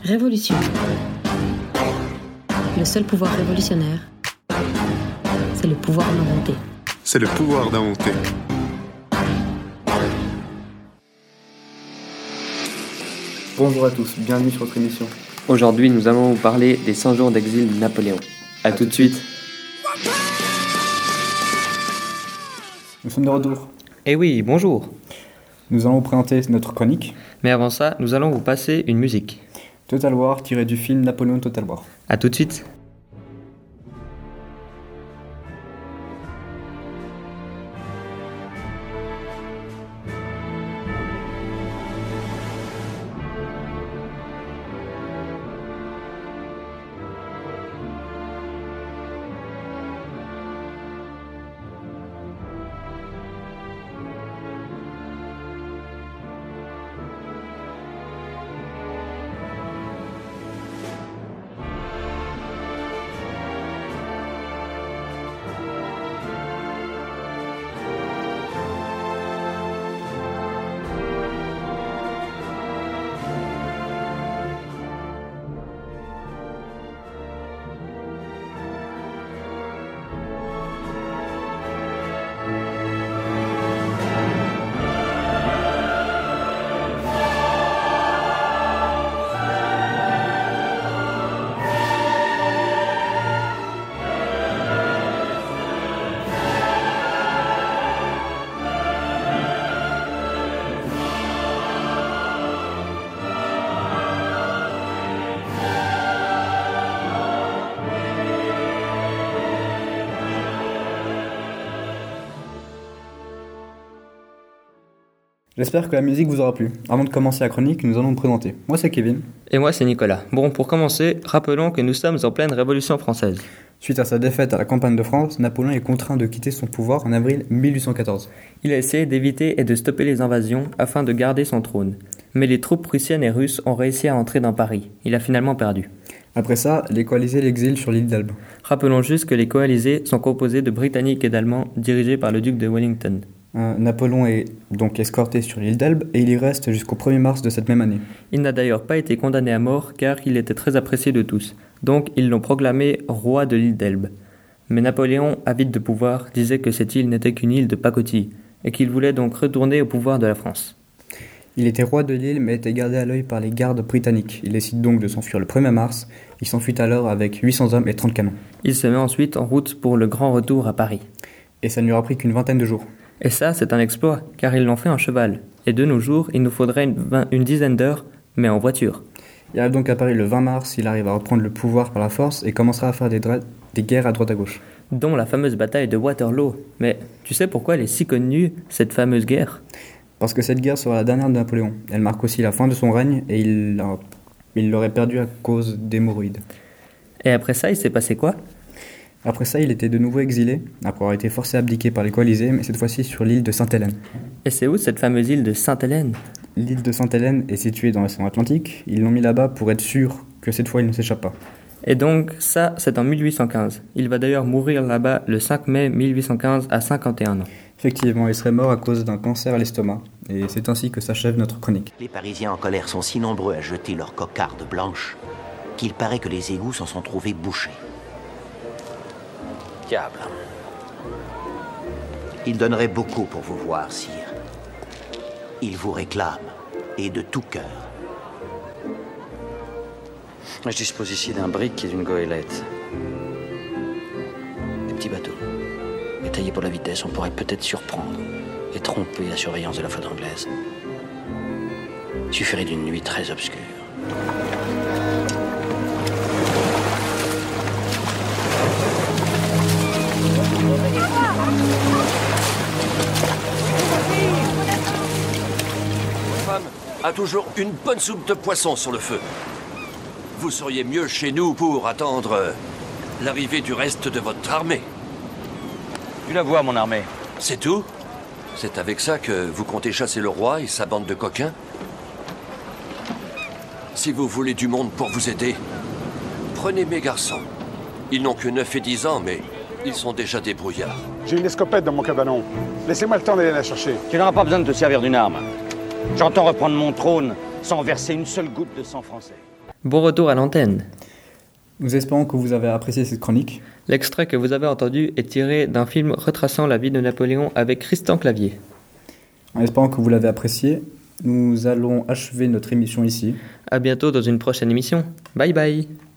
Révolution. Le seul pouvoir révolutionnaire, c'est le pouvoir d'inventer. C'est le pouvoir d'inventer. Bonjour à tous, bienvenue sur notre émission. Aujourd'hui, nous allons vous parler des 100 jours d'exil de Napoléon. A tout de suite. Nous sommes de retour. Eh oui, bonjour. Nous allons vous présenter notre chronique. Mais avant ça, nous allons vous passer une musique. Total War, tiré du film Napoléon Total War. A tout de suite. J'espère que la musique vous aura plu. Avant de commencer la chronique, nous allons nous présenter. Moi c'est Kevin. Et moi, c'est Nicolas. Bon, pour commencer, rappelons que nous sommes en pleine Révolution française. Suite à sa défaite à la campagne de France, Napoléon est contraint de quitter son pouvoir en avril 1814. Il a essayé d'éviter et de stopper les invasions afin de garder son trône. Mais les troupes prussiennes et russes ont réussi à entrer dans Paris. Il a finalement perdu. Après ça, les coalisés l'exilent sur l'île d'Elbe. Rappelons juste que les coalisés sont composés de Britanniques et d'Allemands dirigés par le duc de Wellington. Napoléon est donc escorté sur l'île d'Elbe et il y reste jusqu'au 1er mars de cette même année. Il n'a d'ailleurs pas été condamné à mort car il était très apprécié de tous. Donc ils l'ont proclamé roi de l'île d'Elbe. Mais Napoléon, avide de pouvoir, disait que cette île n'était qu'une île de pacotille et qu'il voulait donc retourner au pouvoir de la France. Il était roi de l'île mais était gardé à l'œil par les gardes britanniques. Il décide donc de s'enfuir le 1er mars. Il s'enfuit alors avec 800 hommes et 30 canons. Il se met ensuite en route pour le grand retour à Paris. Et ça ne lui aura pris qu'une vingtaine de jours. Et ça, c'est un exploit, car ils l'ont fait en cheval. Et de nos jours, il nous faudrait une dizaine d'heures, mais en voiture. Il arrive donc à Paris le 20 mars, il arrive à reprendre le pouvoir par la force et commencera à faire des guerres à droite à gauche. Dont la fameuse bataille de Waterloo. Mais tu sais pourquoi elle est si connue, cette fameuse guerre ? Parce que cette guerre sera la dernière de Napoléon. Elle marque aussi la fin de son règne et il l'aurait perdue à cause d'hémorroïdes. Et après ça, il s'est passé quoi ? Après ça, il était de nouveau exilé, après avoir été forcé à abdiquer par les coalisés, mais cette fois-ci sur l'île de Sainte-Hélène. Et c'est où cette fameuse île de Sainte-Hélène ? L'île de Sainte-Hélène est située dans l'océan Atlantique. Ils l'ont mis là-bas pour être sûr que cette fois il ne s'échappe pas. Et donc ça, c'est en 1815. Il va d'ailleurs mourir là-bas le 5 mai 1815 à 51 ans. Effectivement, il serait mort à cause d'un cancer à l'estomac. Et c'est ainsi que s'achève notre chronique. Les Parisiens en colère sont si nombreux à jeter leurs cocardes blanches qu'il paraît que les égouts s'en sont trouvés bouchés. Diable. Il donnerait beaucoup pour vous voir, sire. Il vous réclame, et de tout cœur. Je dispose ici d'un brick et d'une goélette. Des petits bateaux. Et taillés pour la vitesse, on pourrait peut-être surprendre et tromper la surveillance de la flotte anglaise. Il suffirait d'une nuit très obscure. A toujours une bonne soupe de poisson sur le feu. Vous seriez mieux chez nous pour attendre l'arrivée du reste de votre armée. Tu la vois, mon armée. C'est tout? C'est avec ça que vous comptez chasser le roi et sa bande de coquins? Si vous voulez du monde pour vous aider, prenez mes garçons. Ils n'ont que 9 et 10 ans, mais ils sont déjà débrouillards. J'ai une escopette dans mon cabanon. Laissez-moi le temps d'aller la chercher. Tu n'auras pas besoin de te servir d'une arme. J'entends reprendre mon trône sans verser une seule goutte de sang français. Bon retour à l'antenne. Nous espérons que vous avez apprécié cette chronique. L'extrait que vous avez entendu est tiré d'un film retraçant la vie de Napoléon avec Christian Clavier. En espérant que vous l'avez apprécié, nous allons achever notre émission ici. À bientôt dans une prochaine émission. Bye bye.